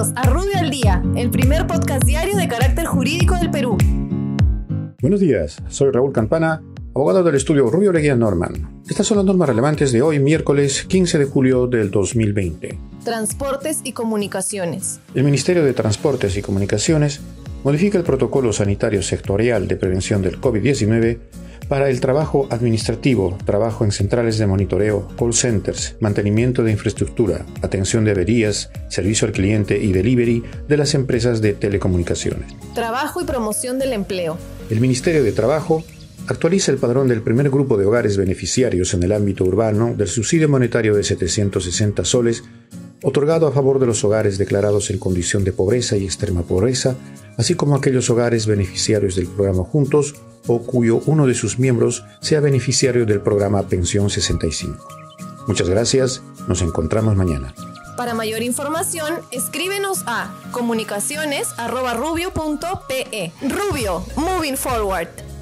Bienvenidos a Rubio al Día, el primer podcast diario de carácter jurídico del Perú. Buenos días, soy Raúl Campana, abogado del estudio Rubio Leguía Norman. Estas son las normas relevantes de hoy, miércoles 15 de julio del 2020. Transportes y comunicaciones. El Ministerio de Transportes y Comunicaciones modifica el protocolo sanitario sectorial de prevención del COVID-19 para el trabajo administrativo, trabajo en centrales de monitoreo, call centers, mantenimiento de infraestructura, atención de averías, servicio al cliente y delivery de las empresas de telecomunicaciones. Trabajo y promoción del empleo. El Ministerio de Trabajo actualiza el padrón del primer grupo de hogares beneficiarios en el ámbito urbano del subsidio monetario de 760 soles, otorgado a favor de los hogares declarados en condición de pobreza y extrema pobreza, así como aquellos hogares beneficiarios del programa Juntos o cuyo uno de sus miembros sea beneficiario del programa Pensión 65. Muchas gracias, nos encontramos mañana. Para mayor información, escríbenos a comunicaciones@rubio.pe. Rubio, moving forward.